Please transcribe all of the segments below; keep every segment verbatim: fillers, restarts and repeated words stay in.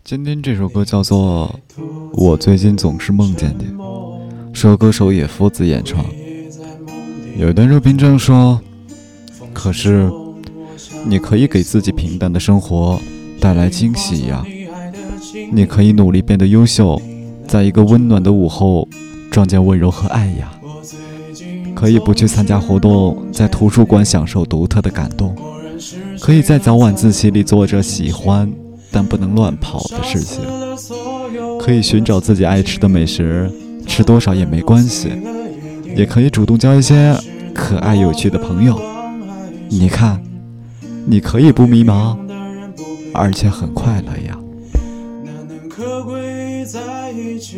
今天这首歌叫做《我最近总是梦见你》，是由歌手野夫子演唱。有一段热评这样说：可是你可以给自己平淡的生活带来惊喜呀，你可以努力变得优秀，在一个温暖的午后撞见温柔和爱呀，可以不去参加活动，在图书馆享受独特的感动，可以在早晚自习里做着喜欢但不能乱跑的事情，可以寻找自己爱吃的美食，吃多少也没关系，也可以主动交一些可爱有趣的朋友。你看，你可以不迷茫，而且很快乐呀。 那能可贵在一起，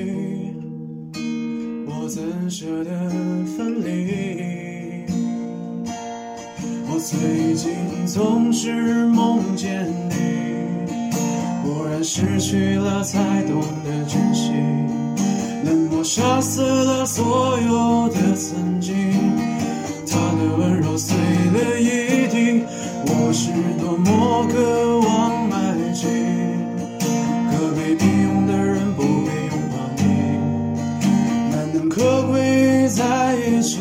我怎舍得分离？我最近总是梦见你，果然失去了才懂得珍惜，冷漠杀死了所有的曾经，他的温柔碎了一地，我是多么渴望爱情，可被平庸的人不配拥抱你，难能可贵在一起，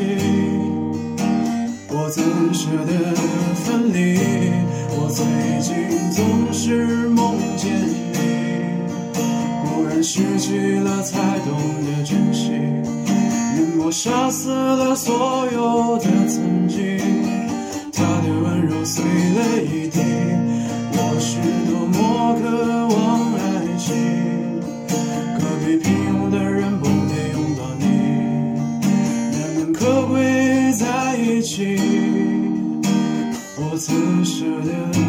我怎舍得分离？我最近总是梦见你，果然失去了才懂得珍惜，冷漠杀死了所有的曾经，他的温柔碎了一地，我是多么渴望爱情，可被平庸的人不配拥抱你，难能可贵在一起，我怎舍得